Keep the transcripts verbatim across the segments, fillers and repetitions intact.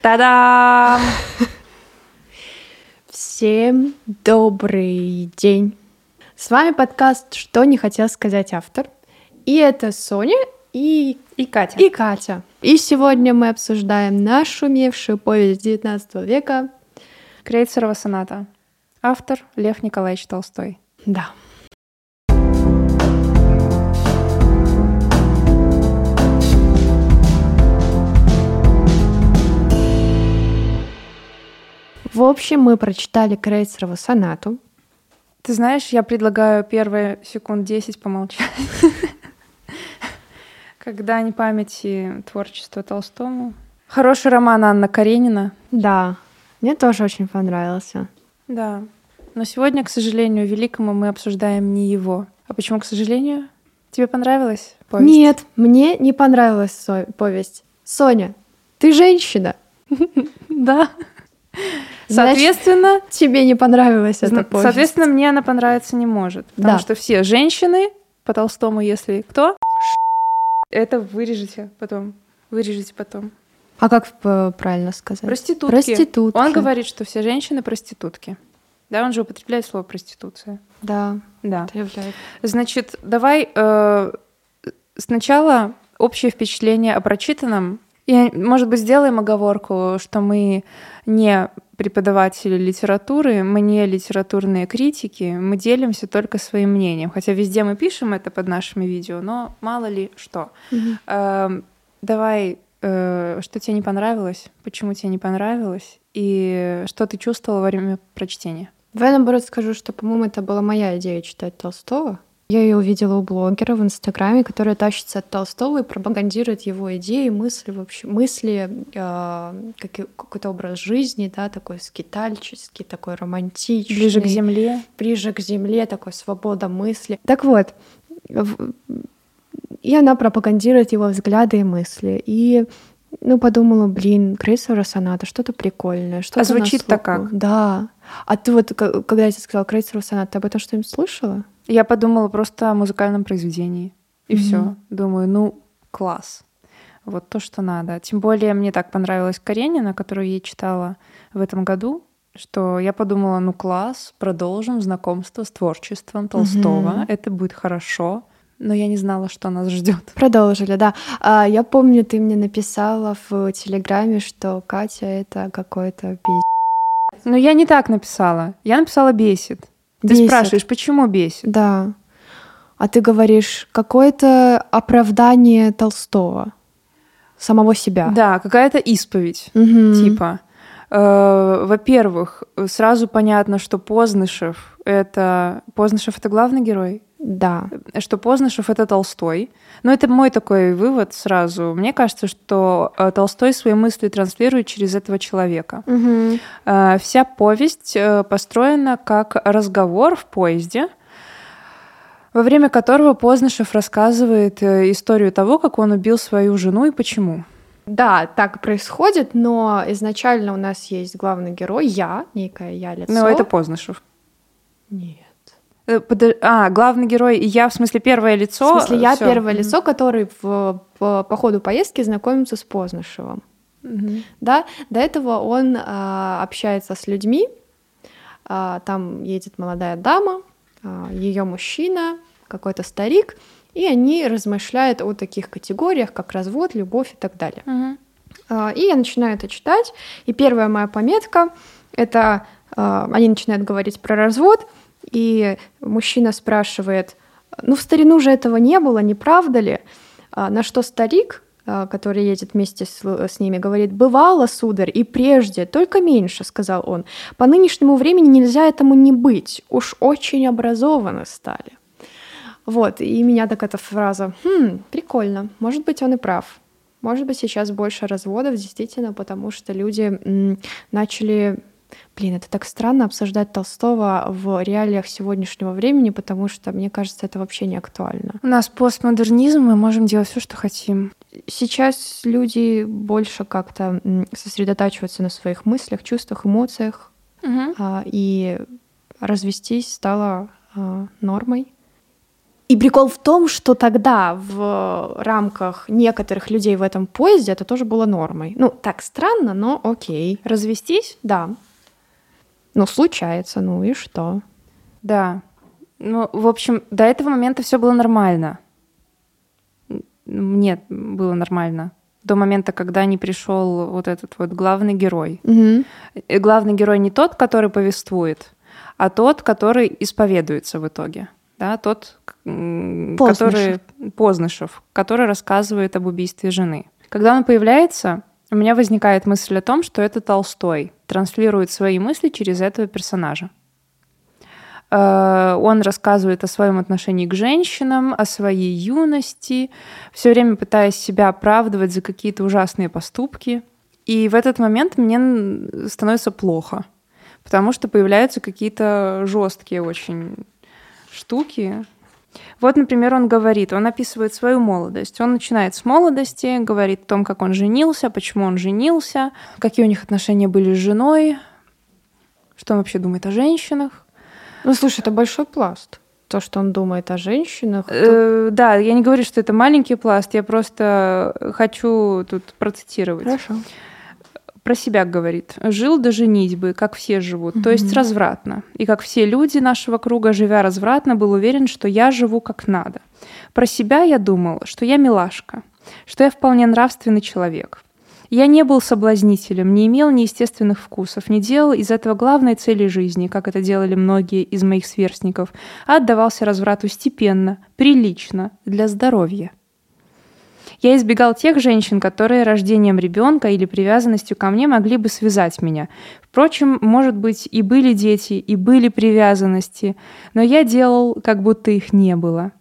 Та-дам! Всем добрый день! С вами подкаст «Что не хотел сказать автор». И это Соня и... И Катя. И Катя. И сегодня мы обсуждаем нашумевшую повесть девятнадцатого века Крейцерова соната. Автор Лев Николаевич Толстой. Да. В общем, мы прочитали Крейцерову сонату. Ты знаешь, я предлагаю первые секунд десять помолчать. Когда не памяти творчества Толстому. Хороший роман Анна Каренина. Да, мне тоже очень понравился. Да. Но сегодня, к сожалению, великому мы обсуждаем не его. А почему, к сожалению? Тебе понравилась повесть? Нет, мне не понравилась со- повесть. Соня, ты женщина. Да. Соответственно, тебе не понравилась эта повесть. Соответственно, мне она понравиться не может. Потому Да. что все женщины, по Толстому, если кто, это вырежете потом. Вырежете потом. А как п- правильно сказать? Проститутки. Проститутки. Он говорит, что все женщины проститутки. Да, он же употребляет слово проституция. Да. Да. Употребляет. Значит, давай э, сначала общее впечатление о прочитанном. И, может быть, сделаем оговорку, что мы не преподаватели литературы, мы не литературные критики, мы делимся только своим мнением. Хотя везде мы пишем это под нашими видео, но мало ли что. Мгм. Э, давай, э, что тебе не понравилось, почему тебе не понравилось, и что ты чувствовала во время прочтения? Давай, наоборот, скажу, что, по-моему, это была моя идея читать Толстого. Я ее увидела у блогера в Инстаграме, который тащится от Толстого и пропагандирует его идеи, мысли, вообще, мысли, э, как, какой-то образ жизни, да, такой скитальческий, такой романтичный. Ближе к земле. Ближе к земле, такой свобода мысли. Так вот, в- и она пропагандирует его взгляды и мысли. И, ну, подумала, блин, Крейцерова соната, что-то прикольное, что-то А звучит-то на слуху. как? Да. А ты вот, к- когда я тебе сказала Крейцерова соната, ты об этом что-нибудь слышала? Я подумала просто о музыкальном произведении. И Мгм. все. Думаю, ну, класс. Вот то, что надо. Тем более мне так понравилась Каренина, которую я читала в этом году, что я подумала, ну класс, продолжим знакомство с творчеством Толстого. Мгм. Это будет хорошо. Но я не знала, что нас ждет. Продолжили, да. А, я помню, ты мне написала в Телеграме, что Катя — это какой-то пиздец. Но я не так написала. Я написала «бесит». Ты Бесит. спрашиваешь, почему бесит? Да. А ты говоришь, какое-то оправдание Толстого, самого себя. Да, какая-то исповедь. Мгм. Типа, э, во-первых, сразу понятно, что Познышев — это... Познышев — это главный герой? Да. Что Познышев — это Толстой. Но это мой такой вывод сразу. Мне кажется, что э, Толстой свои мысли транслирует через этого человека. Мгм. Э, Вся повесть э, построена как разговор в поезде, во время которого Познышев рассказывает э, историю того, как он убил свою жену и почему. Да, так происходит, но изначально у нас есть главный герой, я, некое я лицо. Ну, это Познышев. Нет. Э, подо- А, главный герой и я, в смысле, первое лицо. В смысле, я Всё. первое Мгм. лицо, который в, по, по ходу поездки знакомится с Познышевым. Мгм. Да, до этого он а, общается с людьми. А, там едет молодая дама, ее мужчина, какой-то старик, и они размышляют о таких категориях, как развод, любовь и так далее. Мгм. А, И я начинаю это читать, и первая моя пометка — это а, они начинают говорить про развод, и мужчина спрашивает, ну в старину же этого не было, не правда ли? А, На что старик, а, который едет вместе с, с ними, говорит, бывало, сударь, и прежде, только меньше, сказал он. По нынешнему времени нельзя этому не быть, уж очень образованы стали. Вот, и меня так эта фраза, хм, прикольно, может быть, он и прав. Может быть, сейчас больше разводов, действительно, потому что люди м, начали... Блин, это так странно обсуждать Толстого в реалиях сегодняшнего времени, потому что, мне кажется, это вообще не актуально. У нас постмодернизм, мы можем делать все, что хотим. Сейчас люди больше как-то м, сосредотачиваются на своих мыслях, чувствах, эмоциях, Мгм. а, и развестись стало а, нормой. И прикол в том, что тогда в рамках некоторых людей в этом поезде это тоже было нормой. Ну, так странно, но окей. Развестись? Да. Ну, случается, ну и что? Да. Ну, в общем, до этого момента все было нормально. Мне было нормально. До момента, когда не пришел вот этот вот главный герой. Угу. И главный герой не тот, который повествует, а тот, который исповедуется в итоге. Да, тот, Познышев. который Познышев, который рассказывает об убийстве жены. Когда он появляется, у меня возникает мысль о том, что это Толстой транслирует свои мысли через этого персонажа. Он рассказывает о своем отношении к женщинам, о своей юности, все время пытаясь себя оправдывать за какие-то ужасные поступки. И в этот момент мне становится плохо, потому что появляются какие-то жесткие очень штуки. Вот, например, он говорит, он описывает свою молодость. Он начинает с молодости, говорит о том, как он женился, почему он женился, какие у них отношения были с женой, что он вообще думает о женщинах. Ну, слушай, это большой пласт. То, что он думает о женщинах. Э, то... Да, я не говорю, что это маленький пласт, я просто хочу тут процитировать. Хорошо. Про себя говорит. Жил до женитьбы, как все живут, Угу. то есть развратно. И как все люди нашего круга, живя развратно, был уверен, что я живу как надо. Про себя я думал, что я милашка, что я вполне нравственный человек. Я не был соблазнителем, не имел неестественных вкусов, не делал из этого главной цели жизни, как это делали многие из моих сверстников, а отдавался разврату степенно, прилично, для здоровья. Я избегал тех женщин, которые рождением ребенка или привязанностью ко мне могли бы связать меня. Впрочем, может быть, и были дети, и были привязанности, но я делал, как будто их не было.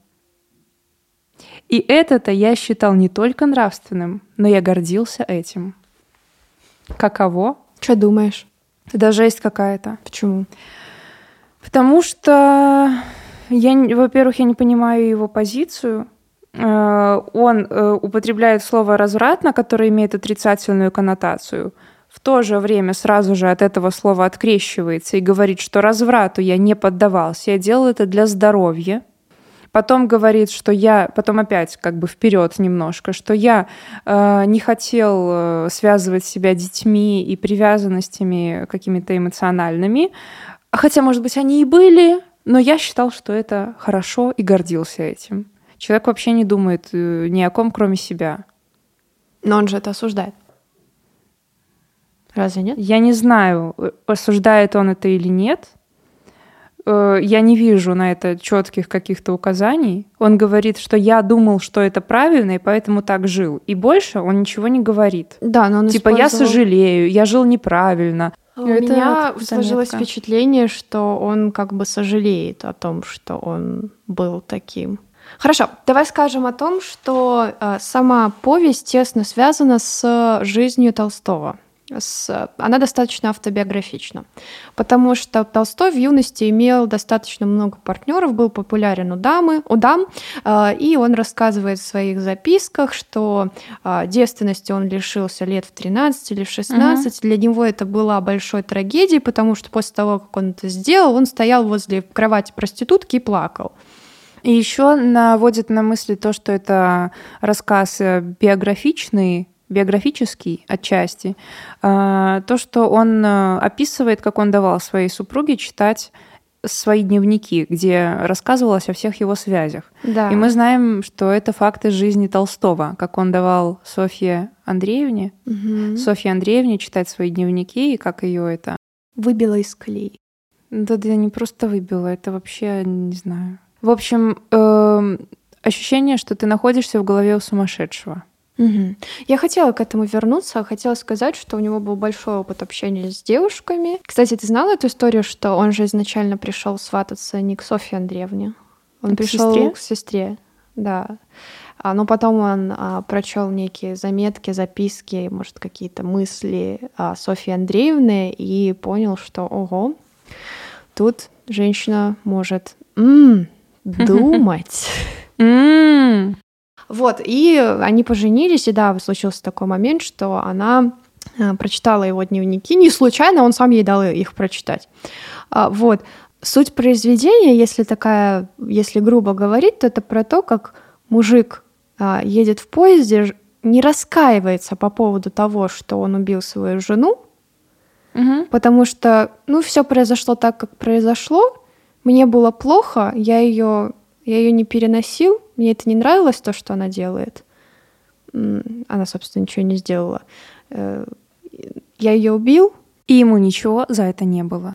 И это-то я считал не только нравственным, но я гордился этим. Каково? Что думаешь? Да жесть какая-то. Почему? Потому что, я, во-первых, я не понимаю его позицию. Он употребляет слово «развратно», которое имеет отрицательную коннотацию. В то же время сразу же от этого слова открещивается и говорит, что разврату я не поддавался, я делал это для здоровья. Потом говорит, что я, потом опять как бы вперед немножко, что я э, не хотел связывать себя детьми и привязанностями какими-то эмоциональными, хотя, может быть, они и были, но я считал, что это хорошо и гордился этим. Человек вообще не думает ни о ком, кроме себя. Но он же это осуждает. Разве нет? Я не знаю, осуждает он это или нет. Я не вижу на это четких каких-то указаний. Он говорит, что я думал, что это правильно, и поэтому так жил. И больше он ничего не говорит. Да, но он Типа использовал... я сожалею, я жил неправильно. У это меня вот сложилось заметка. впечатление, что он как бы сожалеет о том, что он был таким. Хорошо, давай скажем о том, что э, сама повесть тесно связана с жизнью Толстого. С... Она достаточно автобиографична, потому что Толстой в юности имел достаточно много партнеров, был популярен у дамы, у дам, э, и он рассказывает в своих записках, что э, девственности он лишился лет в тринадцать или в шестнадцать. Угу. Для него это была большой трагедией, потому что после того, как он это сделал, он стоял возле кровати проститутки и плакал. И еще наводит на мысли то, что это рассказ биографичный, биографический отчасти, то, что он описывает, как он давал своей супруге читать свои дневники, где рассказывалось о всех его связях. Да. И мы знаем, что это факты жизни Толстого, как он давал Софье Андреевне, угу. Софье Андреевне читать свои дневники, и как ее это... Выбило из колеи. Да, да, не просто выбило, это вообще, не знаю... В общем, э, ощущение, что ты находишься в голове у сумасшедшего. Угу. Я хотела к этому вернуться, хотела сказать, что у него был большой опыт общения с девушками. Кстати, ты знала эту историю, что он же изначально пришел свататься не к Софье Андреевне, он к пришел сестре? к сестре, да. Но потом он а, прочел некие заметки, записки, может, какие-то мысли о Софье Андреевне и понял, что, ого, тут женщина может м-м, думать. Вот, и они поженились, и да, случился такой момент, что она прочитала его дневники, не случайно, он сам ей дал их прочитать. Вот, Суть произведения, если такая, если грубо говорить, то это про то, как мужик а, едет в поезде, не раскаивается по поводу того, что он убил свою жену, угу. потому что, ну, все произошло так, как произошло. Мне было плохо, я ее, я ее не переносил, мне это не нравилось, то, что она делает. Она, собственно, ничего не сделала. Я ее убил. И ему ничего за это не было.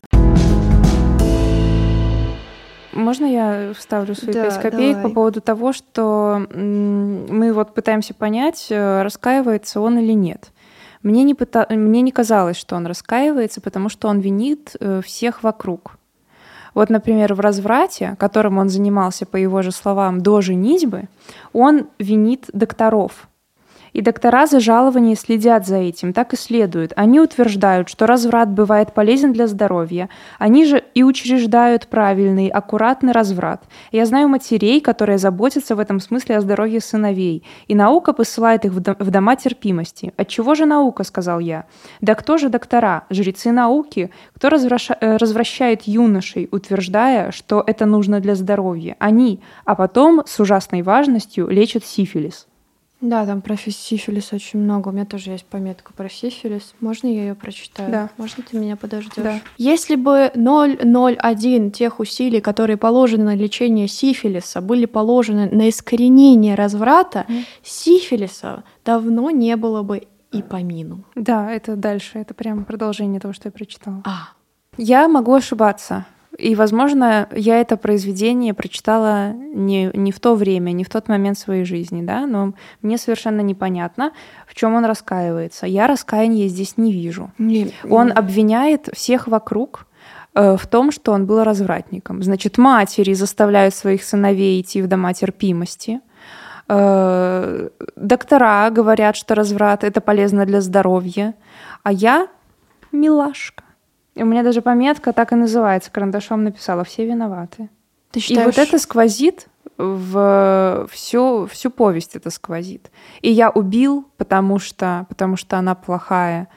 Можно я вставлю свои да, пять копеек давай. По поводу того, что мы вот пытаемся понять, раскаивается он или нет. Мне не, пыта... Мне не казалось, что он раскаивается, потому что он винит всех вокруг. Вот, например, в разврате, которым он занимался, по его же словам, до женитьбы, он винит докторов. И доктора за жалование следят за этим, так и следуют. Они утверждают, что разврат бывает полезен для здоровья. Они же и учреждают правильный, аккуратный разврат. Я знаю матерей, которые заботятся в этом смысле о здоровье сыновей. И наука посылает их в дома терпимости. Отчего же наука, сказал я? Да кто же доктора, жрецы науки? Кто развращ... развращает юношей, утверждая, что это нужно для здоровья? Они, а потом с ужасной важностью лечат сифилис. Да, там про сифилис очень много. У меня тоже есть пометка про сифилис. Можно я ее прочитаю? Да. Можно ты меня подождешь? Да. Если бы ноль целых ноль один тех усилий, которые положены на лечение сифилиса, были положены на искоренение разврата, mm. сифилиса давно не было бы и помину. Да, это дальше. Это прямо продолжение того, что я прочитала. А. Я могу ошибаться. И, возможно, я это произведение прочитала не, не в то время, не в тот момент своей жизни, да, но мне совершенно непонятно, в чем он раскаивается. Я раскаяния здесь не вижу. Не, он не. обвиняет всех вокруг э, в том, что он был развратником. Значит, матери заставляют своих сыновей идти в дома терпимости. Э, доктора говорят, что разврат — это полезно для здоровья. А я милашка. У меня даже пометка так и называется, карандашом написала: «Все виноваты». Ты считаешь... И вот это сквозит в всю, всю повесть, это сквозит. И я убил, потому что, потому что она плохая.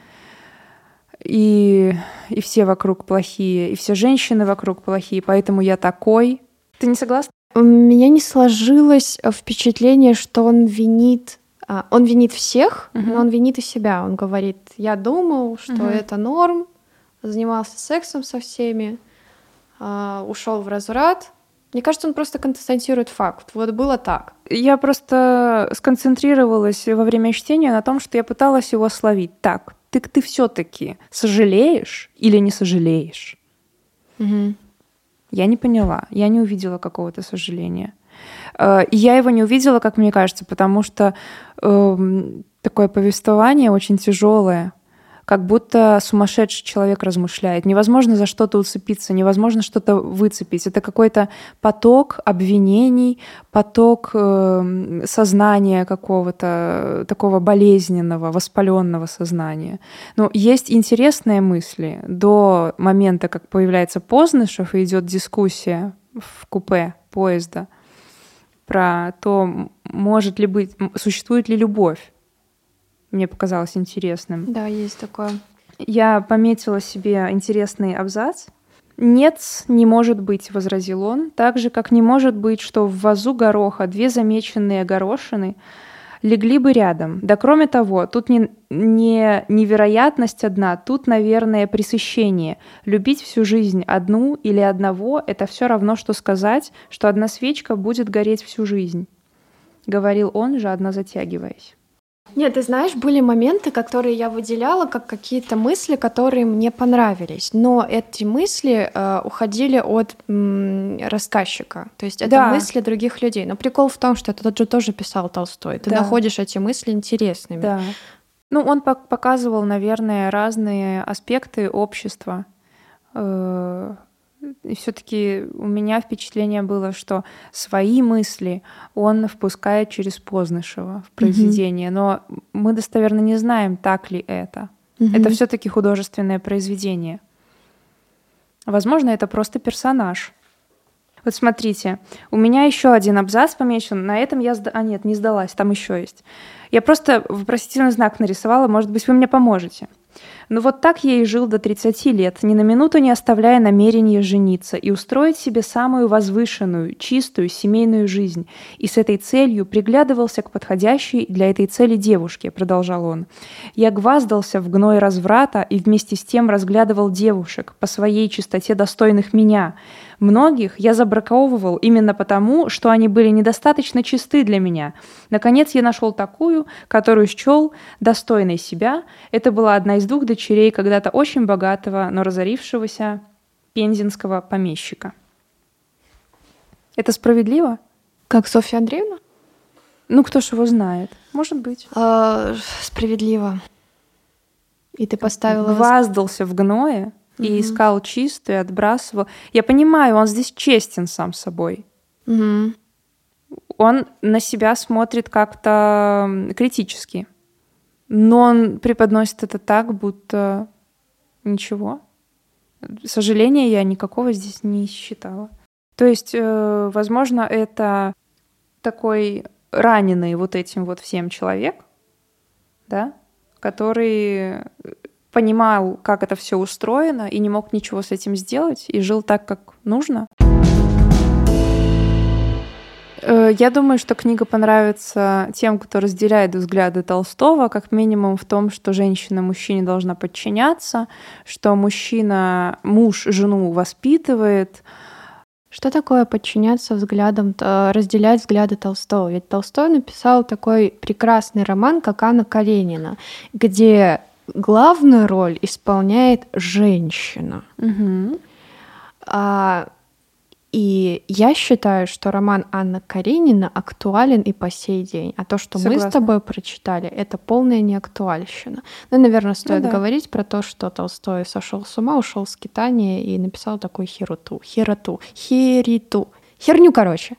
И, и все вокруг плохие, и все женщины вокруг плохие, поэтому я такой. Ты не согласна? У меня не сложилось впечатление, что он винит... Он винит всех, uh-huh. но он винит и себя. Он говорит: я думал, что uh-huh. это норм, занимался сексом со всеми, э, ушел в разврат. Мне кажется, он просто констатирует факт. Вот было так. Я просто сконцентрировалась во время чтения на том, что я пыталась его словить. Так, ты, ты все-таки сожалеешь или не сожалеешь? Угу. Я не поняла. Я не увидела какого-то сожаления. Э, и я его не увидела, как мне кажется, потому что э, такое повествование очень тяжелое. Как будто сумасшедший человек размышляет. Невозможно за что-то уцепиться, невозможно что-то выцепить. Это какой-то поток обвинений, поток э, сознания какого-то, такого болезненного, воспаленного сознания. Но есть интересные мысли. До момента, как появляется Познышев и идет дискуссия в купе поезда про то, может ли быть, существует ли любовь. Мне показалось интересным. Да, есть такое. Я пометила себе интересный абзац. «Нет, не может быть», — возразил он, «так же, как не может быть, что в вазу гороха две замеченные горошины легли бы рядом. Да кроме того, тут не, не невероятность одна, тут, наверное, пресыщение. Любить всю жизнь одну или одного — это все равно, что сказать, что одна свечка будет гореть всю жизнь», — говорил он, жадно затягиваясь. Нет, ты знаешь, были моменты, которые я выделяла как какие-то мысли, которые мне понравились, но эти мысли э, уходили от м, рассказчика, то есть это да. мысли других людей. Но прикол в том, что это же тоже писал Толстой, ты да. находишь эти мысли интересными. Да. Ну, он показывал, наверное, разные аспекты общества. И все-таки у меня впечатление было, что свои мысли он впускает через Познышева в произведение, mm-hmm. но мы достоверно не знаем, так ли это. Mm-hmm. Это все-таки художественное произведение. Возможно, это просто персонаж. Вот смотрите, у меня еще один абзац помечен. На этом я... Сда... А нет, не сдалась, там еще есть. Я просто вопросительный знак нарисовала, может быть, вы мне поможете. Но вот так я и жил до тридцати лет, ни на минуту не оставляя намерения жениться и устроить себе самую возвышенную, чистую семейную жизнь. И с этой целью приглядывался к подходящей для этой цели девушке, продолжал он. Я гваздался в гной разврата и вместе с тем разглядывал девушек по своей чистоте достойных меня. Многих я забраковывал именно потому, что они были недостаточно чисты для меня. Наконец я нашел такую, которую счел достойной себя. Это была одна из двух дочерей когда-то очень богатого, но разорившегося пензенского помещика. Это справедливо? Как Софья Андреевна? Ну, кто ж его знает? Может быть. А, справедливо. И ты поставила... Гваздался в гное и Мгм. искал чистую, отбрасывал. Я понимаю, он здесь честен сам собой. Мгм. Он на себя смотрит как-то м, критически. Но он преподносит это так, будто ничего. Сожаления я никакого здесь не считала. То есть, э, возможно, это такой раненый вот этим вот всем человек, да, который понимал, как это все устроено, и не мог ничего с этим сделать, и жил так, как нужно. Э, Я думаю, что книга понравится тем, кто разделяет взгляды Толстого, как минимум в том, что женщина мужчине должна подчиняться, что мужчина, муж жену воспитывает. Что такое подчиняться взглядам, э, разделять взгляды Толстого? Ведь Толстой написал такой прекрасный роман, как «Анна Каренина», где главную роль исполняет женщина. Мгм. А, и я считаю, что роман Анна Каренина актуален и по сей день. А то, что мы Согласна. с тобой прочитали, это полная неактуальщина. Ну, наверное, стоит да. говорить про то, что Толстой сошел с ума, ушел с скитания и написал такую хероту. Хероту. Хериту. Херню, короче.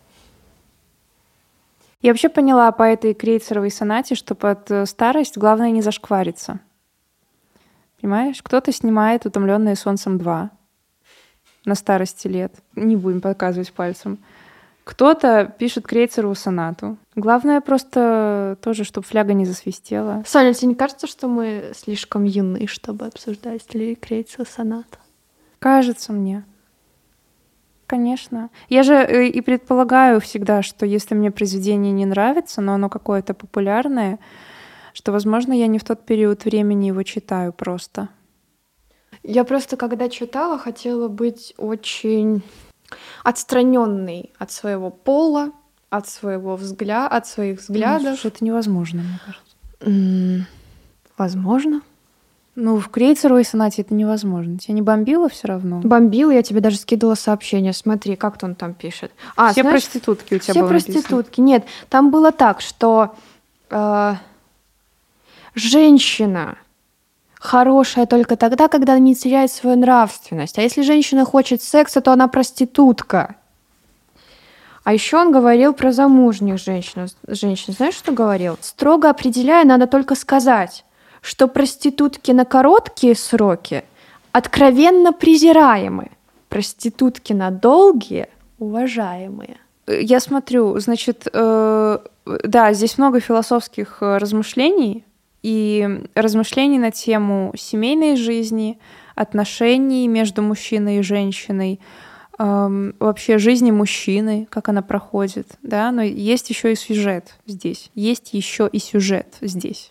Я вообще поняла по этой Крейцеровой сонате, что под э, старость главное не зашквариться. Понимаешь? Кто-то снимает «Утомленные солнцем два» на старости лет. Не будем показывать пальцем. Кто-то пишет Крейцерову сонату. Главное просто тоже, чтобы фляга не засвистела. Соня, тебе не кажется, что мы слишком юны, чтобы обсуждать ли Крейцерова соната? Кажется мне. Конечно. Я же э, и предполагаю всегда, что если мне произведение не нравится, но оно какое-то популярное, что, возможно, я не в тот период времени его читаю просто. Я просто, когда читала, хотела быть очень отстраненной от своего пола, от своего взгляда, от своих Ну, взглядов. слушай, это невозможно, мне кажется. М, Возможно. Ну, в Крейцеровой сонате это невозможно. Тебя не бомбило все равно? Бомбила, я тебе даже скидывала сообщение. Смотри, как он там пишет. А, Все знаешь, проститутки у тебя все было написано. проститутки. Нет, там было так, что э, женщина хорошая только тогда, когда она не теряет свою нравственность. А если женщина хочет секса, то она проститутка. А еще он говорил про замужних женщин. Женщин, знаешь, что говорил? Строго определяя, надо только сказать, что проститутки на короткие сроки откровенно презираемы, проститутки на долгие уважаемые. Я смотрю, значит, э, да, здесь много философских э, размышлений и размышлений на тему семейной жизни, отношений между мужчиной и женщиной, эм, вообще жизни мужчины, как она проходит, да, но есть еще и сюжет здесь, есть еще и сюжет здесь.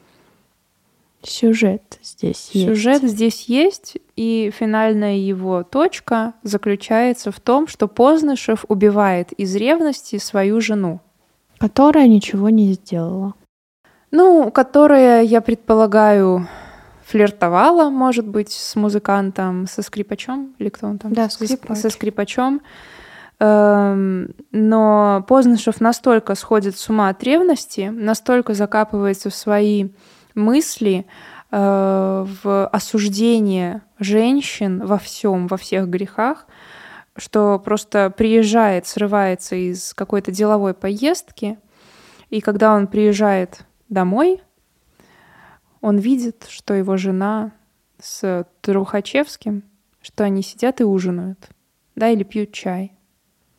Сюжет здесь есть. Сюжет здесь есть, и финальная его точка заключается в том, что Познышев убивает из ревности свою жену. Которая ничего не сделала. Ну, которая, я предполагаю, флиртовала, может быть, с музыкантом, со скрипачом, или кто он там? Да, Со- скрипач. Со скрипачом. Эм, Но Познышев настолько сходит с ума от ревности, настолько закапывается в свои мысли, э, в осуждение женщин во всем, во всех грехах, что просто приезжает, срывается из какой-то деловой поездки, и когда он приезжает домой, он видит, что его жена с Трухачевским, что они сидят и ужинают, да, или пьют чай.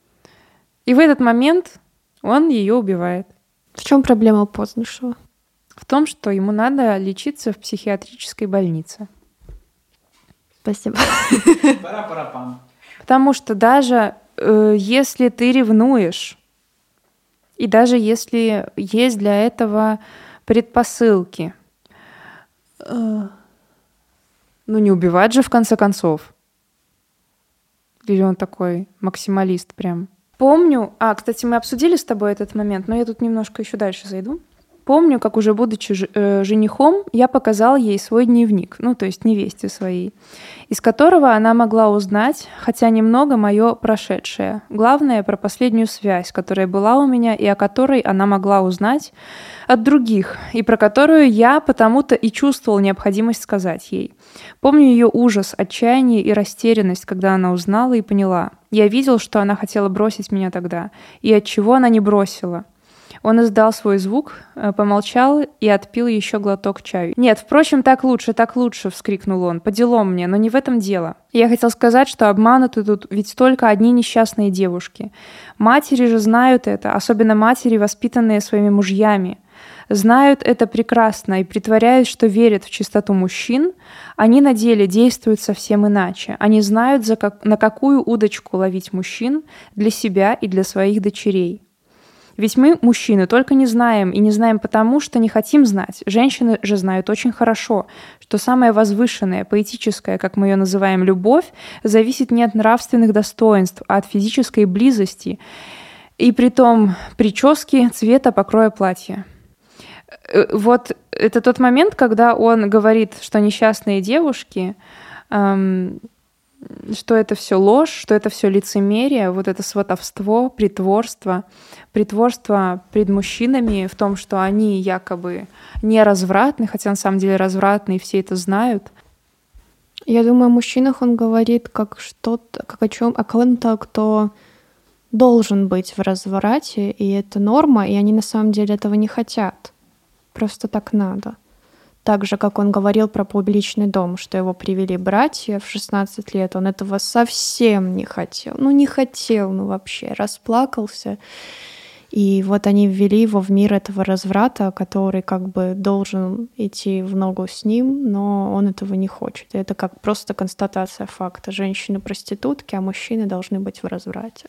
И в этот момент он ее убивает. В чем проблема Познышева? в том, что ему надо лечиться в психиатрической больнице. Спасибо. Пара-пара-пам. Потому что даже э, если ты ревнуешь, и даже если есть для этого предпосылки, э, ну не убивать же в конце концов. Или он такой максималист прям. Помню, а, кстати, мы обсудили с тобой этот момент, но я тут немножко еще дальше зайду. Помню, как уже будучи ж, э, женихом, я показал ей свой дневник, ну, то есть невесте своей, из которого она могла узнать, хотя немного мое прошедшее. Главное, про последнюю связь, которая была у меня и о которой она могла узнать от других, и про которую я потому-то и чувствовал необходимость сказать ей. Помню ее ужас, отчаяние и растерянность, когда она узнала и поняла. Я видел, что она хотела бросить меня тогда, и от чего она не бросила. Он издал свой звук, помолчал и отпил еще глоток чаю. «Нет, впрочем, так лучше, так лучше!» — вскрикнул он. «По делам мне, но не в этом дело. Я хотел сказать, что обмануты тут ведь только одни несчастные девушки. Матери же знают это, особенно матери, воспитанные своими мужьями. Знают это прекрасно и притворяют, что верят в чистоту мужчин. Они на деле действуют совсем иначе. Они знают, за как, на какую удочку ловить мужчин для себя и для своих дочерей. Ведь мы, мужчины, только не знаем, и не знаем потому, что не хотим знать. Женщины же знают очень хорошо, что самое возвышенное, поэтическое, как мы ее называем, любовь, зависит не от нравственных достоинств, а от физической близости, и притом прически, цвета, покроя платья». Вот это тот момент, когда он говорит, что несчастные девушки, эм, что это все ложь, что это все лицемерие, вот это сватовство, притворство, притворство пред мужчинами в том, что они якобы не развратны, хотя на самом деле развратны, и все это знают. Я думаю, о мужчинах он говорит как что-то, как о чем, о ком-то, кто должен быть в разврате, и это норма, и они на самом деле этого не хотят. Просто так надо. Так же, как он говорил про публичный дом, что его привели братья в шестнадцать лет, он этого совсем не хотел. Ну, не хотел, ну вообще, расплакался. И вот они ввели его в мир этого разврата, который как бы должен идти в ногу с ним, но он этого не хочет. И это как просто констатация факта. Женщины проститутки, а мужчины должны быть в разврате.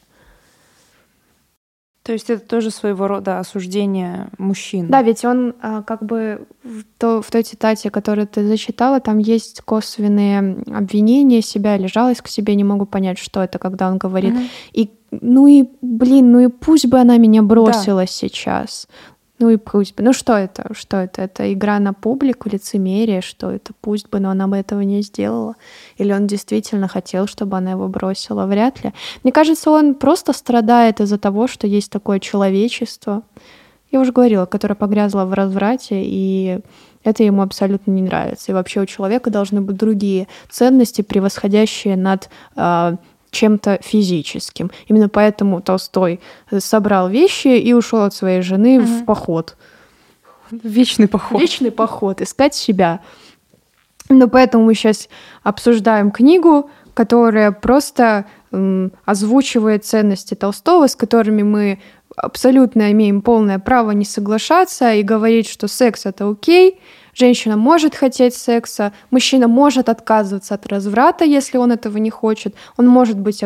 То есть это тоже своего рода осуждение мужчин. Да, ведь он а, как бы в, то, в той цитате, которую ты зачитала, там есть косвенные обвинения себя или жалость к себе, не могу понять, что это, когда он говорит. Mm-hmm. И ну и, блин, ну и пусть бы она меня бросила да. сейчас. Ну и пусть бы. Ну что это? Что это? Это игра на публику, лицемерие, что это? Пусть бы, но она бы этого не сделала. Или он действительно хотел, чтобы она его бросила? Вряд ли. Мне кажется, он просто страдает из-за того, что есть такое человечество, я уже говорила, которое погрязло в разврате, и это ему абсолютно не нравится. И вообще у человека должны быть другие ценности, превосходящие над э, чем-то физическим. Именно поэтому Толстой собрал вещи и ушел от своей жены mm-hmm. в поход. Вечный поход. Вечный поход, искать себя. Но поэтому мы сейчас обсуждаем книгу, которая просто м, озвучивает ценности Толстого, с которыми мы абсолютно имеем полное право не соглашаться и говорить, что секс — это окей, женщина может хотеть секса, мужчина может отказываться от разврата, если он этого не хочет, он может быть,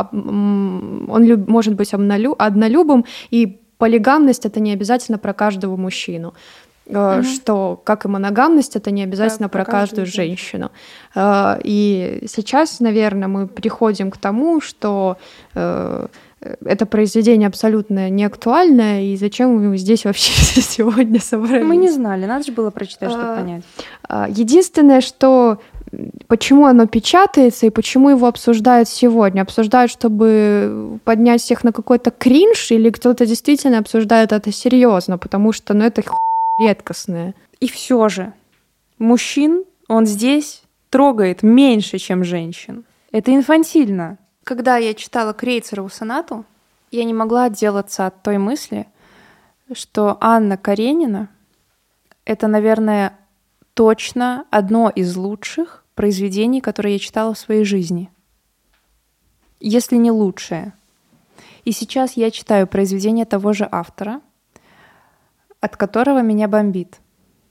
он люб, может быть однолюбым, и полигамность — это не обязательно про каждого мужчину. Mm-hmm. Что, как и моногамность, это не обязательно про, про каждую, каждую женщину. женщину. И сейчас, наверное, мы приходим к тому, что это произведение абсолютно не актуальное, и зачем мы здесь вообще сегодня собрались? Мы не знали, надо же было прочитать, чтобы а, понять. Единственное, что почему оно печатается и почему его обсуждают сегодня? Обсуждают, чтобы поднять всех на какой-то кринж, или кто-то действительно обсуждает это серьезно, потому что ну, это редкостное. И все же мужчин он здесь трогает меньше, чем женщин. Это инфантильно. Когда я читала Крейцерову сонату, я не могла отделаться от той мысли, что Анна Каренина — это, наверное, точно одно из лучших произведений, которые я читала в своей жизни. Если не лучшее. И сейчас я читаю произведение того же автора, от которого меня бомбит.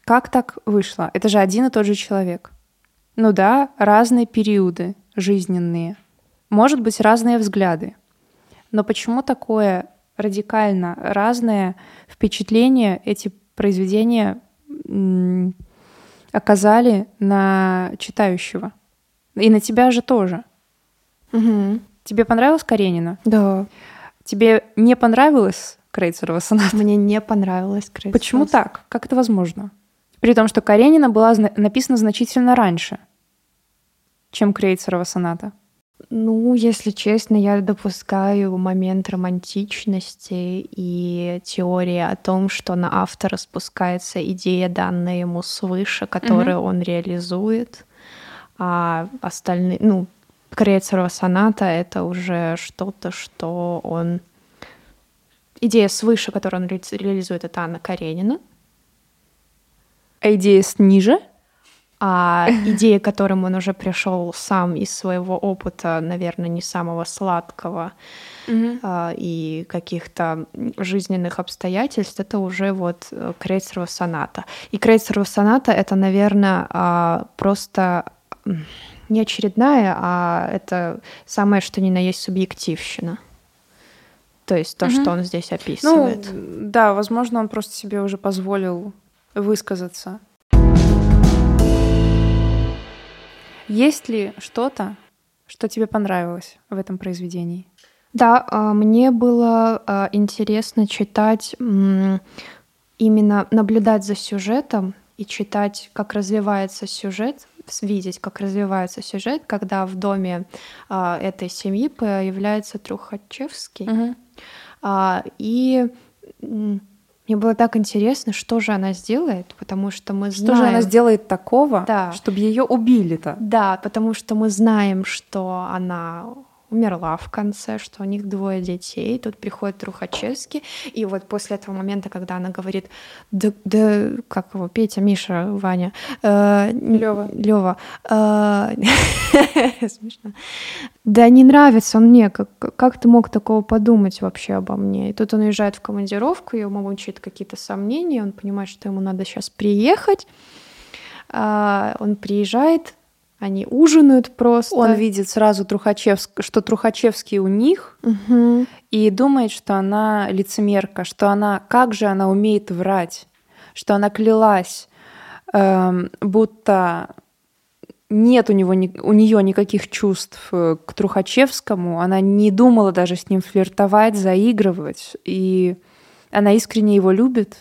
как так вышло? Это же один и тот же человек. Ну да, разные периоды жизненные. Может быть, разные взгляды. Но почему такое радикально разное впечатление эти произведения м, оказали на читающего? И на тебя же тоже. Угу. Тебе понравилась Каренина? Да. Тебе не понравилась Крейцерова соната? Мне не понравилась Крейцерова. Почему так? Как это возможно? При том, что Каренина была зна- написана значительно раньше, чем Крейцерова соната. Ну, если честно, я допускаю момент романтичности и теории о том, что на автора спускается идея, данная ему свыше, которую mm-hmm. он реализует, а остальные, ну, Крейцерова соната — это уже что-то, что он... Идея свыше, которую он ре- реализует, это Анна Каренина. А идея ниже? А идеи, к которым он уже пришел сам из своего опыта, наверное, не самого сладкого, mm-hmm. а, и каких-то жизненных обстоятельств, это уже вот Крейцерова соната. И Крейцерова соната — это, наверное, а, просто не очередная, а это самое, что ни на есть, субъективщина. То есть то, mm-hmm. что он здесь описывает. Ну, да, возможно, он просто себе уже позволил высказаться. Есть ли что-то, что тебе понравилось в этом произведении? Да, мне было интересно читать, именно наблюдать за сюжетом и читать, как развивается сюжет, видеть, как развивается сюжет, когда в доме этой семьи появляется Трухачевский. Угу. И мне было так интересно, что же она сделает, потому что мы что знаем... Что же она сделает такого, да. чтобы ее убили-то? Да, потому что мы знаем, что она умерла в конце, что у них двое детей. Тут приходит Трухачевский, и вот после этого момента, когда она говорит, да, да как его, Петя, Миша, Ваня, э, Лёва, Лёва, э, смешно. Да не нравится он мне, как, как ты мог такого подумать вообще обо мне? И тут он уезжает в командировку, его мучают какие-то сомнения, он понимает, что ему надо сейчас приехать, э, он приезжает, они ужинают просто. Он видит сразу, Трухачевск... что Трухачевский у них, угу. и думает, что она лицемерка, что она, как же она умеет врать, что она клялась, эм, будто нет у, него, у нее никаких чувств к Трухачевскому, она не думала даже с ним флиртовать, заигрывать, и она искренне его любит.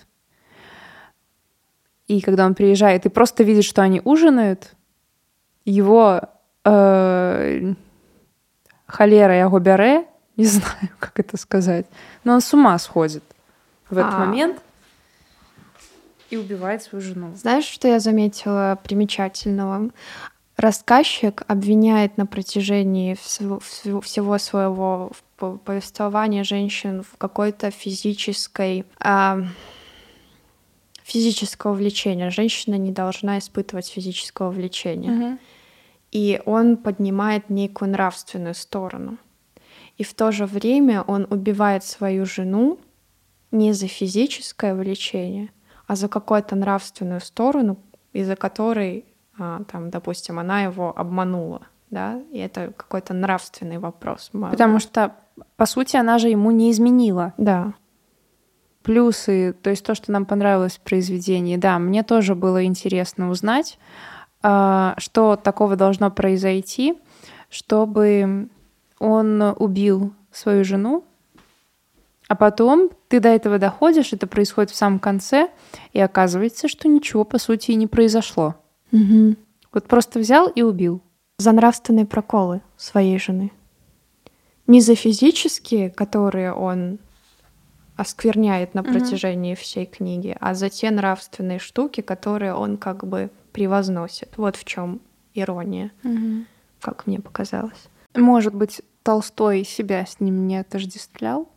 И когда он приезжает и просто видит, что они ужинают, его э, холера и агобере, не знаю, как это сказать, но он с ума сходит в этот а. момент и убивает свою жену. Знаешь, что я заметила примечательного? Рассказчик обвиняет на протяжении всего, всего своего повествования женщин в какой-то физической... Э, физического влечения. Женщина не должна испытывать физического влечения. Угу. И он поднимает некую нравственную сторону. И в то же время он убивает свою жену не за физическое влечение, а за какую-то нравственную сторону, из-за которой, там, допустим, она его обманула. Да? И это какой-то нравственный вопрос. Потому что, по сути, она же ему не изменила. Да. Плюсы, то есть то, что нам понравилось в произведении. Да, мне тоже было интересно узнать, что такого должно произойти, чтобы он убил свою жену, а потом ты до этого доходишь, это происходит в самом конце, и оказывается, что ничего, по сути, и не произошло. Угу. Вот просто взял и убил. За нравственные проколы своей жены. Не за физические, которые он оскверняет на протяжении угу. всей книги, а за те нравственные штуки, которые он как бы превозносит. Вот в чем ирония, угу. как мне показалось. Может быть, Толстой себя с ним не отождествлял?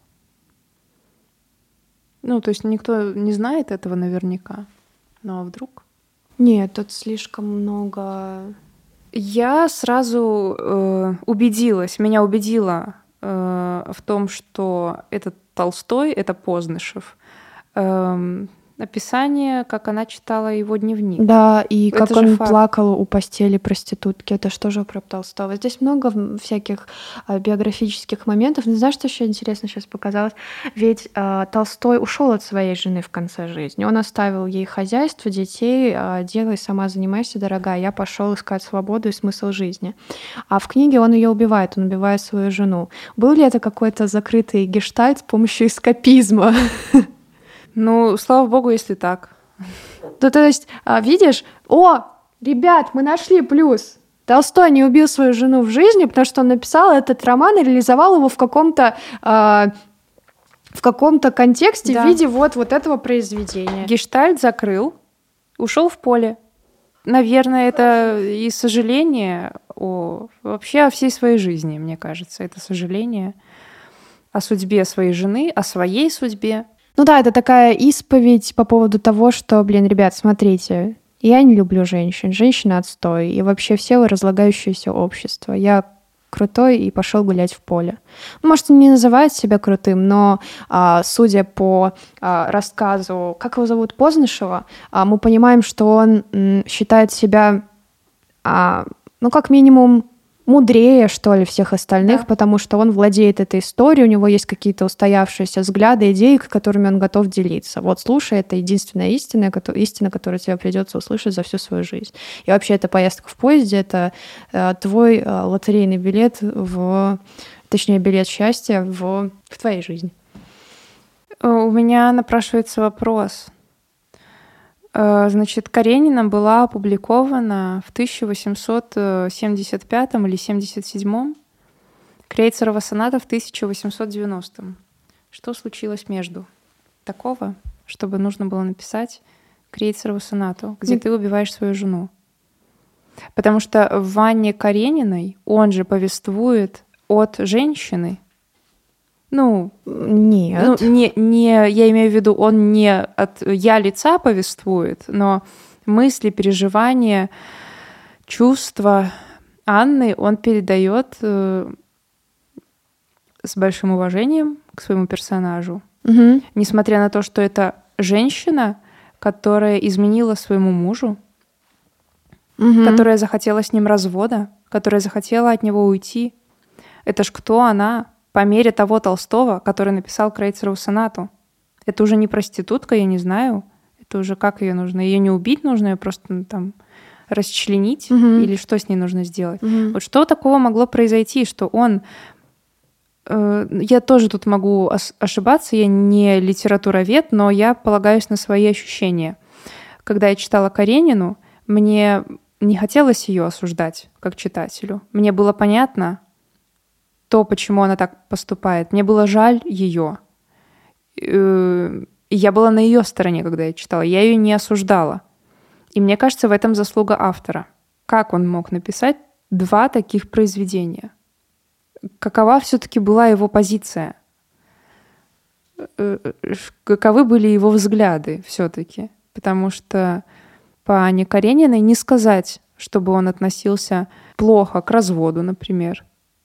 Ну, то есть никто не знает этого наверняка. Ну, а вдруг? Нет, тут слишком много... Я сразу э, убедилась, меня убедило э, в том, что этот Толстой — это Познышев. Э, описание, как она читала его дневник. Да, и Это как он факт. плакал у постели проститутки. Это что же про Толстого? Здесь много всяких а, биографических моментов. Но знаешь, что еще интересно сейчас показалось? Ведь а, Толстой ушел от своей жены в конце жизни. Он оставил ей хозяйство, детей. А, делай, сама занимайся, дорогая. Я пошел искать свободу и смысл жизни. А в книге он ее убивает. Он убивает свою жену. Был ли это какой-то закрытый гештальт с помощью эскапизма? Ну, слава богу, если так. Ну, то есть, видишь, о, ребят, мы нашли плюс. Толстой не убил свою жену в жизни, потому что он написал этот роман и реализовал его в каком-то э, в каком-то контексте Да. в виде вот, вот этого произведения. Гештальт закрыл, ушел в поле. Наверное, это и сожаление о вообще о всей своей жизни, мне кажется. Это сожаление о судьбе своей жены, о своей судьбе. Ну да, это такая исповедь по поводу того, что, блин, ребят, смотрите, я не люблю женщин, женщины отстой, и вообще все разлагающееся общество. Я крутой и пошел гулять в поле. Ну, может, он не называет себя крутым, но а, судя по а, рассказу, как его зовут, Познышева, а, мы понимаем, что он м, считает себя, а, ну, как минимум, мудрее, что ли, всех остальных, Да. потому что он владеет этой историей, у него есть какие-то устоявшиеся взгляды, идеи, которыми он готов делиться. Вот, слушай, это единственная истина, кото- истина, которую тебе придется услышать за всю свою жизнь. И вообще эта поездка в поезде — это э, твой э, лотерейный билет в... Точнее, билет счастья в, в твоей жизни. У меня напрашивается вопрос. Э, Значит, Каренина была опубликована в тысяча восемьсот семьдесят пятом или семьдесят седьмом, Крейцерова соната в тысяча восемьсот девяностом. Что случилось между такого, чтобы нужно было написать Крейцерову сонату, где М. ты убиваешь свою жену? Потому что в Анне Карениной он же повествует от женщины. Ну, Нет. ну, не, не, я имею в виду, он не от я лица повествует, но мысли, переживания, чувства Анны он передает э, с большим уважением к своему персонажу, Мгм. несмотря на то, что это женщина, которая изменила своему мужу, Мгм. которая захотела с ним развода, которая захотела от него уйти. Это ж кто она по мере того Толстого, который написал Крейцерову сонату? Это уже не проститутка, я не знаю. Это уже как ее нужно? Ее не убить нужно, ее просто ну, там расчленить? Мгм. Или что с ней нужно сделать? Мгм. Вот что такого могло произойти, что он... э, Я тоже тут могу ос- ошибаться, я не литературовед, но я полагаюсь на свои ощущения. Когда я читала Каренину, мне не хотелось ее осуждать как читателю. Мне было понятно то, почему она так поступает. Мне было жаль ее. Э, И я была на ее стороне, когда я читала. Я ее не осуждала. И мне кажется, в этом заслуга автора. Как он мог написать два таких произведения? Какова все-таки была его позиция? Э, э, ш- Каковы были его взгляды все-таки? Потому что по Анне Карениной не сказать, чтобы он относился плохо к разводу, например,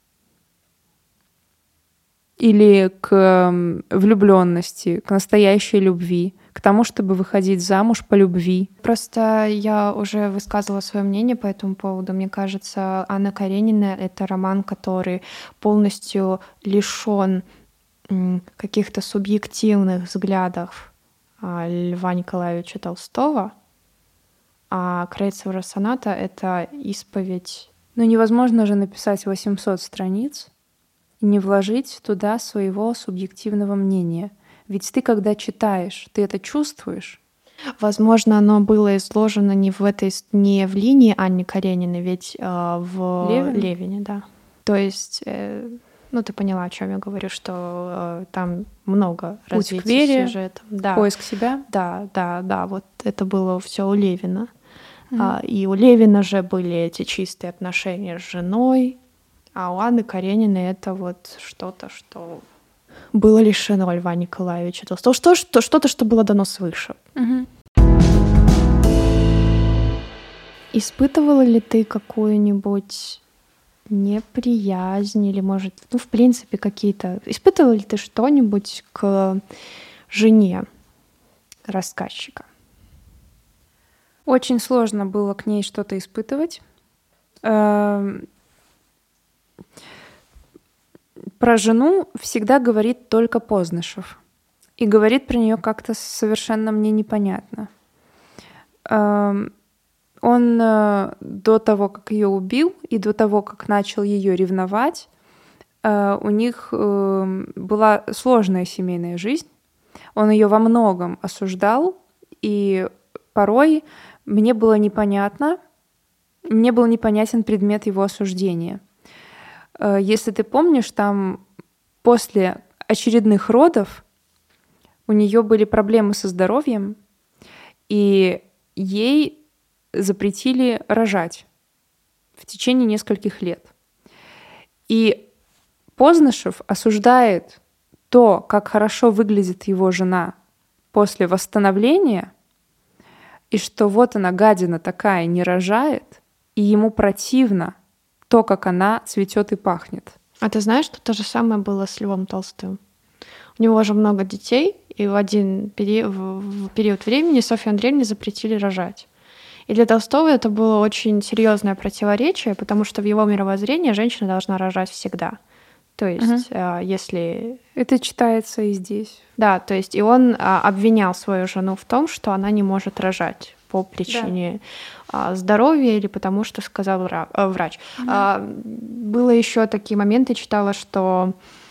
или к влюбленности, к настоящей любви, к тому, чтобы выходить замуж по любви. Просто я уже высказывала свое мнение по этому поводу. Мне кажется, Анна Каренина — это роман, который полностью лишен м, каких-то субъективных взглядов а, Льва Николаевича Толстого, а Крейцерова соната — это исповедь. Но невозможно же написать восемьсот страниц и не вложить туда своего субъективного мнения. Ведь ты, когда читаешь, ты это чувствуешь. Возможно, оно было изложено не в этой, с- не в линии Анны Карениной, ведь а, в Левин? Левине, да. То есть, э, ну ты поняла, о чем я говорю, что э, там много Путь к развития вере, сюжета. Да, Поиск себя. да, да, да. Вот это было все у Левина. Мгм. А, и у Левина же были эти чистые отношения с женой, а у Анны Карениной это вот что-то, что было лишено Льва Николаевича Толстого, что, что, что-то, что было дано свыше. Мгм. Испытывала ли ты какую-нибудь неприязнь или, может, ну, в принципе, какие-то... Испытывала ли ты что-нибудь к жене рассказчика. Очень сложно было к ней что-то испытывать. Про жену всегда говорит только Познышев. И говорит про нее как-то совершенно мне непонятно. Он до того, как ее убил, и до того, как начал ее ревновать, у них была сложная семейная жизнь. Он ее во многом осуждал, и порой мне было непонятно, мне был непонятен предмет его осуждения. Если ты помнишь, там после очередных родов у нее были проблемы со здоровьем, и ей запретили рожать в течение нескольких лет. И Познышев осуждает то, как хорошо выглядит его жена после восстановления, и что вот она, гадина такая, не рожает, и ему противно то, как она цветет и пахнет. А ты знаешь, что то же самое было с Львом Толстым? У него же много детей, и в один период, в период времени Софье Андреевне запретили рожать. И для Толстого это было очень серьезное противоречие, потому что в его мировоззрении женщина должна рожать всегда. То есть, угу. если... Это читается и здесь. Да, то есть и он обвинял свою жену в том, что она не может рожать по причине да. здоровья или потому что сказал врач. Угу. Было еще такие моменты, читала, что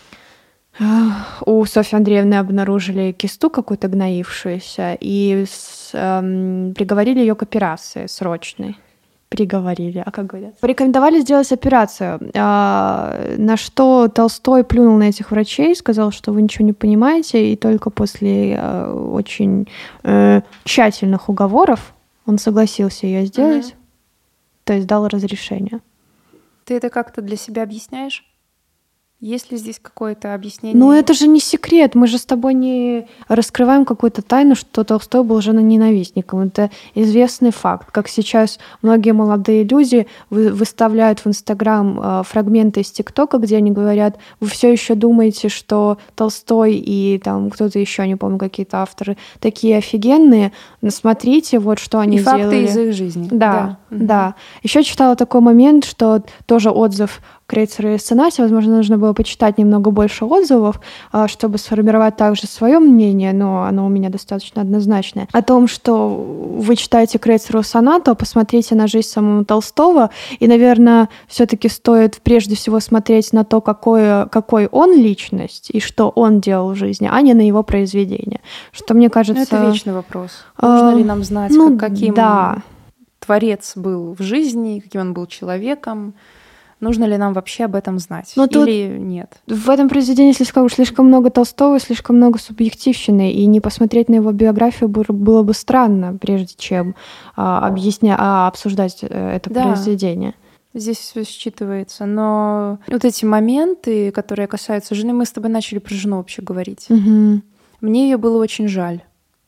у Софьи Андреевны обнаружили кисту какую-то гноившуюся и с, эм, приговорили ее к операции срочной. Приговорили, а как говорят? Порекомендовали сделать операцию, э, на что Толстой плюнул на этих врачей, сказал, что вы ничего не понимаете, и только после э, очень э, тщательных уговоров он согласился ее сделать, угу. то есть дал разрешение. Ты это как-то для себя объясняешь? Есть ли здесь какое-то объяснение? Ну, это же не секрет. Мы же с тобой не раскрываем какую-то тайну, что Толстой был женоненавистником. Это известный факт. Как сейчас многие молодые люди выставляют в Инстаграм фрагменты из ТикТока, где они говорят, вы все еще думаете, что Толстой и там кто-то еще, не помню, какие-то авторы, такие офигенные. Смотрите, вот что они и сделали. И факты из их жизни. Да, да. да. Угу. Еще читала такой момент, что тоже отзыв Крейцера и Сенате, возможно, нужно было почитать немного больше отзывов, чтобы сформировать также свое мнение, но оно у меня достаточно однозначное, о том, что вы читаете Крейцера и Сонату, посмотрите на жизнь самого Толстого, и, наверное, все-таки стоит прежде всего смотреть на то, какой, какой он личность и что он делал в жизни, а не на его произведение. Что, мне кажется... Но это вечный вопрос. Нужно а, ли нам знать, ну, как, каким да. творец был в жизни, каким он был человеком? Нужно ли нам вообще об этом знать? Но или нет? В этом произведении слишком, слишком много Толстого, слишком много субъективщины, и не посмотреть на его биографию было бы странно, прежде чем а, объяснять, а, обсуждать это да. произведение. Здесь все считывается, но вот эти моменты, которые касаются жены, мы с тобой начали про жену вообще говорить. Угу. Мне ее было очень жаль.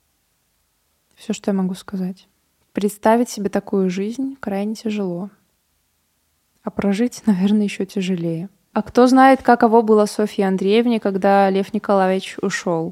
Все, что я могу сказать. Представить себе такую жизнь крайне тяжело. А прожить, наверное, еще тяжелее. А кто знает, каково было Софье Андреевне, когда Лев Николаевич ушел?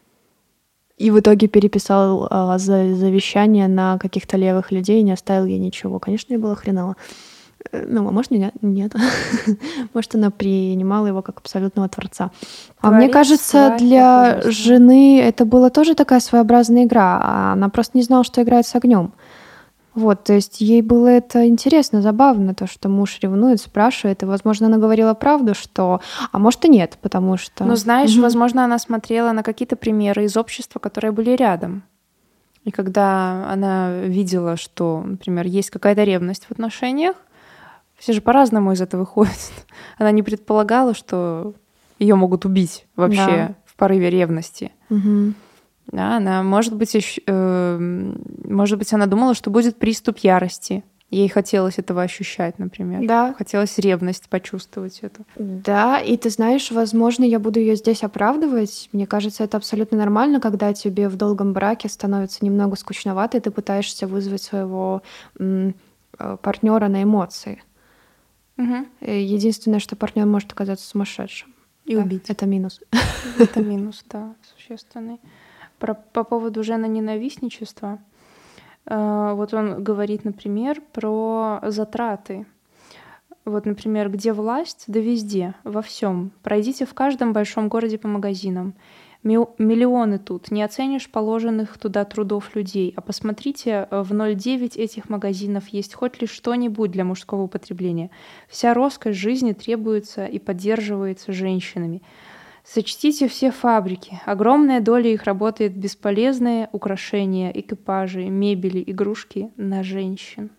И в итоге переписал а, завещание на каких-то левых людей и не оставил ей ничего. Конечно, ей было хреново. Ну, а может, нет. нет. Может, она принимала его как абсолютного творца. А мне кажется, для жены это была тоже такая своеобразная игра. Она просто не знала, что играет с огнем. Вот, то есть ей было это интересно, забавно, то, что муж ревнует, спрашивает, и, возможно, она говорила правду, что... А может, и нет, потому что... Ну, знаешь, угу. возможно, она смотрела на какие-то примеры из общества, которые были рядом. И когда она видела, что, например, есть какая-то ревность в отношениях, все же по-разному из этого выходят. Она не предполагала, что ее могут убить вообще да. в порыве ревности. Угу. Да, она, может быть, еще, э, может быть, она думала, что будет приступ ярости. Ей хотелось этого ощущать, например. Да. Хотелось ревность почувствовать эту. Да, и ты знаешь, возможно, я буду ее здесь оправдывать. Мне кажется, это абсолютно нормально, когда тебе в долгом браке становится немного скучновато, и ты пытаешься вызвать своего м, партнера на эмоции. Угу. Единственное, что партнер может оказаться сумасшедшим. И да, убить. Это минус. Это минус, да, существенный. Про, по поводу женоненавистничества. Вот он говорит, например, про затраты. Вот, например, где власть? Да везде, во всем. Пройдите в каждом большом городе по магазинам. Миллионы тут. Не оценишь положенных туда трудов людей. А посмотрите, в ноль девять этих магазинов есть хоть ли что-нибудь для мужского употребления. Вся роскошь жизни требуется и поддерживается женщинами. Сочтите все фабрики. Огромная доля их работает бесполезные украшения, экипажи, мебели, игрушки на женщин.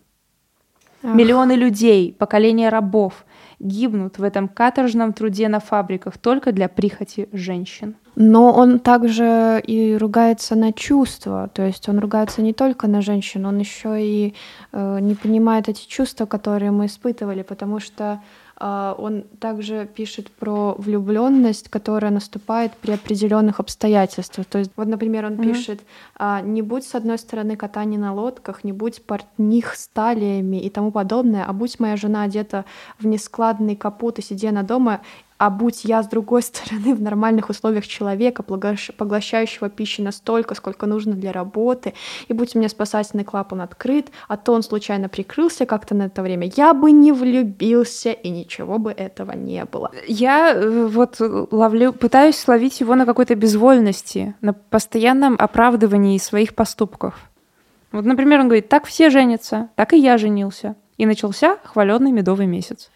Ах. Миллионы людей, поколения рабов гибнут в этом каторжном труде на фабриках только для прихоти женщин. Но он также и ругается на чувства, то есть он ругается не только на женщин, он еще и э, не понимает эти чувства, которые мы испытывали, потому что э, он также пишет про влюбленность, которая наступает при определенных обстоятельствах. То есть, вот, например, он mm-hmm. пишет: э, не будь с одной стороны катание на лодках, не будь портних с талиями и тому подобное, а будь моя жена одета в нескладный капот и сидя дома, а будь я, с другой стороны, в нормальных условиях человека, поглощающего пищи настолько, сколько нужно для работы, и будь у меня спасательный клапан открыт, а то он случайно прикрылся как-то на это время, я бы не влюбился, и ничего бы этого не было. Я вот ловлю, пытаюсь словить его на какой-то безвольности, на постоянном оправдывании своих поступков. Вот, например, он говорит: так все женятся, так и я женился. И начался хваленый медовый месяц.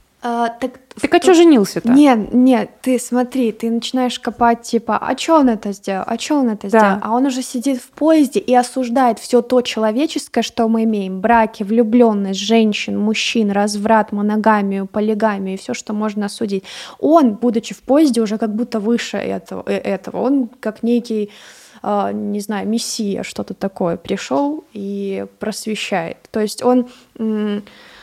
А, так так а что женился-то? Нет, нет, ты смотри, ты начинаешь копать, типа, а что он это сделал, а что он это да. сделал? А он уже сидит в поезде и осуждает все то человеческое, что мы имеем: браки, влюбленность, женщин, мужчин, разврат, моногамию, полигамию, все, что можно осудить. Он, будучи в поезде, уже как будто выше этого, этого. Он как некий, э, не знаю, мессия, что-то такое, пришел и просвещает. То есть он... М-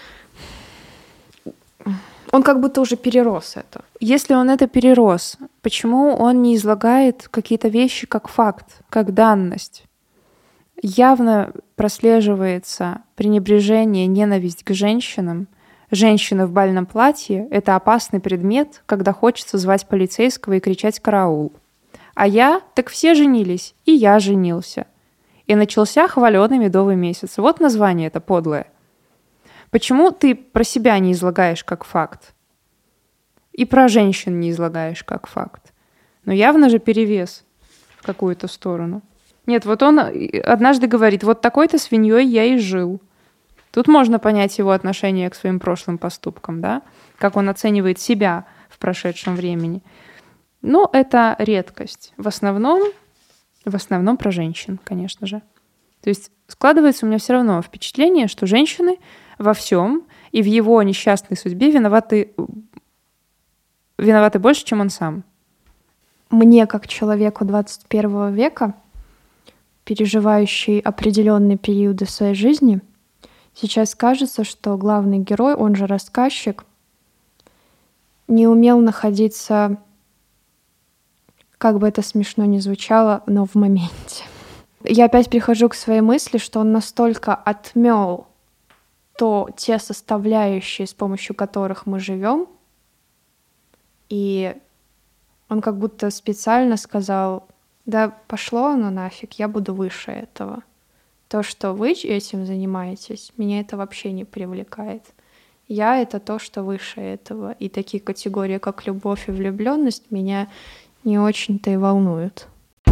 Он как будто уже перерос это. Если он это перерос, почему он не излагает какие-то вещи как факт, как данность? Явно прослеживается пренебрежение, ненависть к женщинам. Женщина в бальном платье — это опасный предмет, когда хочется звать полицейского и кричать «караул». А я, так все женились, и я женился. И начался хваленый медовый месяц. Вот название это подлое. Почему ты про себя не излагаешь как факт? И про женщин не излагаешь как факт? Но явно же перевес в какую-то сторону. Нет, вот он однажды говорит: вот такой-то свиньей я и жил. Тут можно понять его отношение к своим прошлым поступкам, да? Как он оценивает себя в прошедшем времени. Но это редкость. В основном, в основном про женщин, конечно же. То есть складывается у меня все равно впечатление, что женщины во всем и в его несчастной судьбе виноваты, виноваты больше, чем он сам. Мне, как человеку двадцать первого века, переживающий определенные периоды своей жизни, сейчас кажется, что главный герой, он же рассказчик, не умел находиться, как бы это смешно ни звучало, но в моменте. Я опять прихожу к своей мысли, что он настолько отмёл то те составляющие, с помощью которых мы живем, и он как будто специально сказал: да пошло оно нафиг, я буду выше этого. То, что вы этим занимаетесь, меня это вообще не привлекает. Я — это то, что выше этого. И такие категории, как любовь и влюбленность, меня не очень-то и волнуют.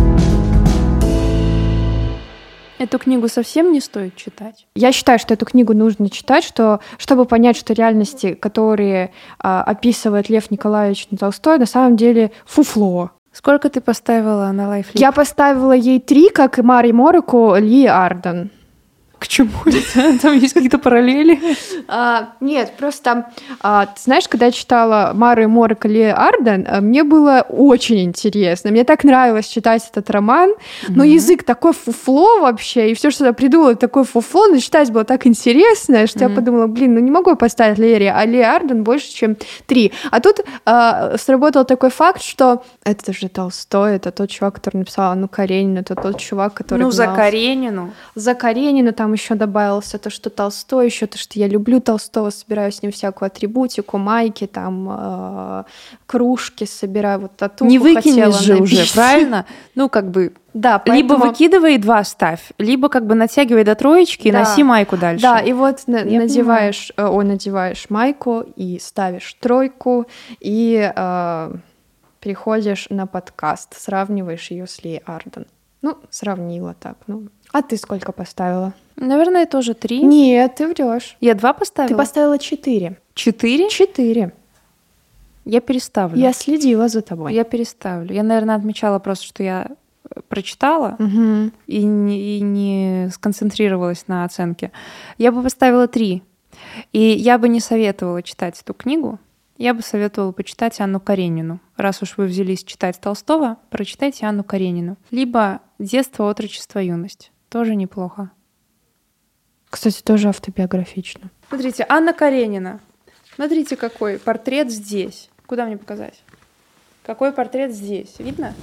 Эту книгу совсем не стоит читать? Я считаю, что эту книгу нужно читать, что, чтобы понять, что реальности, которые а, описывает Лев Николаевич Толстой, на самом деле фуфло. Сколько ты поставила на Лайфлип? Я поставила ей три, как и Мари Мороку, Ли Арден. К чему это? Там есть какие-то параллели? А, нет, просто, а, ты знаешь, когда я читала Мару и Морока Ли Арден, мне было очень интересно. Мне так нравилось читать этот роман, mm-hmm. но язык такой фуфло вообще, и все, что я придумала, такое фуфло, но читать было так интересно, что mm-hmm. я подумала: блин, ну не могу я поставить Лери, а Ли Арден больше, чем три. А тут а, сработал такой факт, что это же Толстой, это тот чувак, который написал Анну Каренину, это тот чувак, который... Ну, гнал... за Каренину. За Каренину там там еще добавился то, что Толстой, еще то, что я люблю Толстого, собираю с ним всякую атрибутику, майки, там, э, кружки собираю, вот татуху Не выкинешь же набить. уже, правильно? Ну, как бы, Да, либо поэтому... выкидывай и два ставь, либо как бы натягивай до троечки и Да. носи майку дальше. Да, и вот на- Я надеваешь, э, ой, надеваешь майку и ставишь тройку, и э, переходишь на подкаст, сравниваешь ее с Ли Арден. Ну, сравнила так, ну. А ты сколько поставила? Наверное, тоже три. Нет, ты врешь. Я два поставила? Ты поставила четыре. Четыре? Четыре. Я переставлю. Я следила за тобой. Я переставлю. Я, наверное, отмечала просто, что я прочитала Мгм. и не, и не сконцентрировалась на оценке. Я бы поставила три. И я бы не советовала читать эту книгу. Я бы советовала почитать Анну Каренину. Раз уж вы взялись читать Толстого, прочитайте Анну Каренину. Либо «Детство, отрочество, юность». Тоже неплохо. Кстати, тоже автобиографично. Смотрите, Анна Каренина. Смотрите, какой портрет здесь. Куда мне показать? Какой портрет здесь? Видно?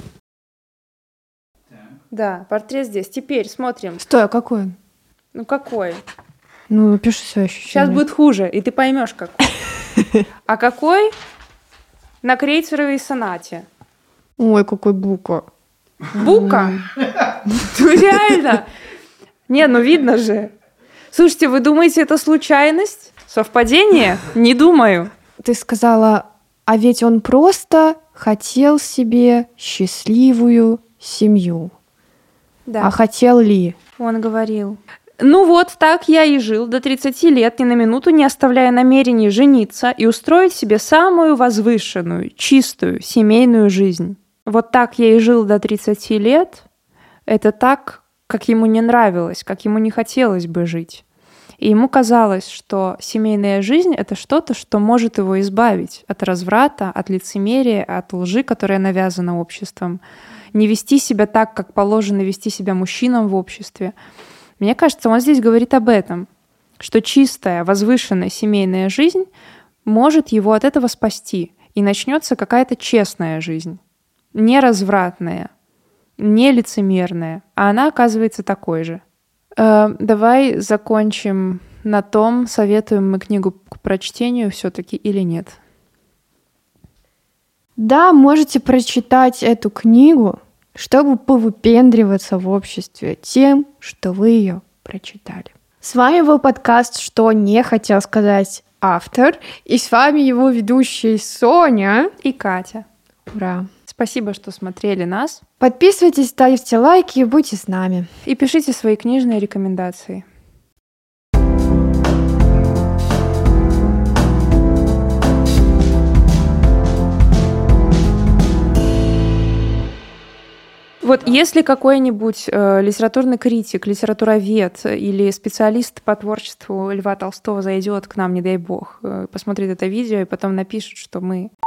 Так. Да, портрет здесь. Теперь смотрим. Стой, а какой он? Ну какой? Ну, пиши свои ощущения. Сейчас будет хуже, и ты поймешь, какой. А какой? На крейцеровой сонате. Ой, какой бука. Бука? Ну реально. Не, ну видно же. Слушайте, вы думаете, это случайность? Совпадение? Не думаю. Ты сказала, а ведь он просто хотел себе счастливую семью. Да. А хотел ли? Он говорил. Ну вот, так я и жил до тридцати лет, ни на минуту не оставляя намерений жениться и устроить себе самую возвышенную, чистую семейную жизнь. Вот так я и жил до тридцати лет. Это так, как ему не нравилось, как ему не хотелось бы жить. И ему казалось, что семейная жизнь — это что-то, что может его избавить от разврата, от лицемерия, от лжи, которая навязана обществом. Не вести себя так, как положено вести себя мужчинам в обществе. Мне кажется, он здесь говорит об этом, что чистая, возвышенная семейная жизнь может его от этого спасти, и начнется какая-то честная жизнь, не развратная, не лицемерная, а она оказывается такой же. Э, давай закончим на том, советуем мы книгу к прочтению все-таки или нет. Да, можете прочитать эту книгу, чтобы повыпендриваться в обществе тем, что вы ее прочитали. С вами был подкаст «Что не хотел сказать автор», и с вами его ведущие Соня и Катя. Ура! Спасибо, что смотрели нас. Подписывайтесь, ставьте лайки и будьте с нами. И пишите свои книжные рекомендации. Вот если какой-нибудь э, литературный критик, литературовед или специалист по творчеству Льва Толстого зайдет к нам, не дай бог, э, посмотрит это видео и потом напишет, что мы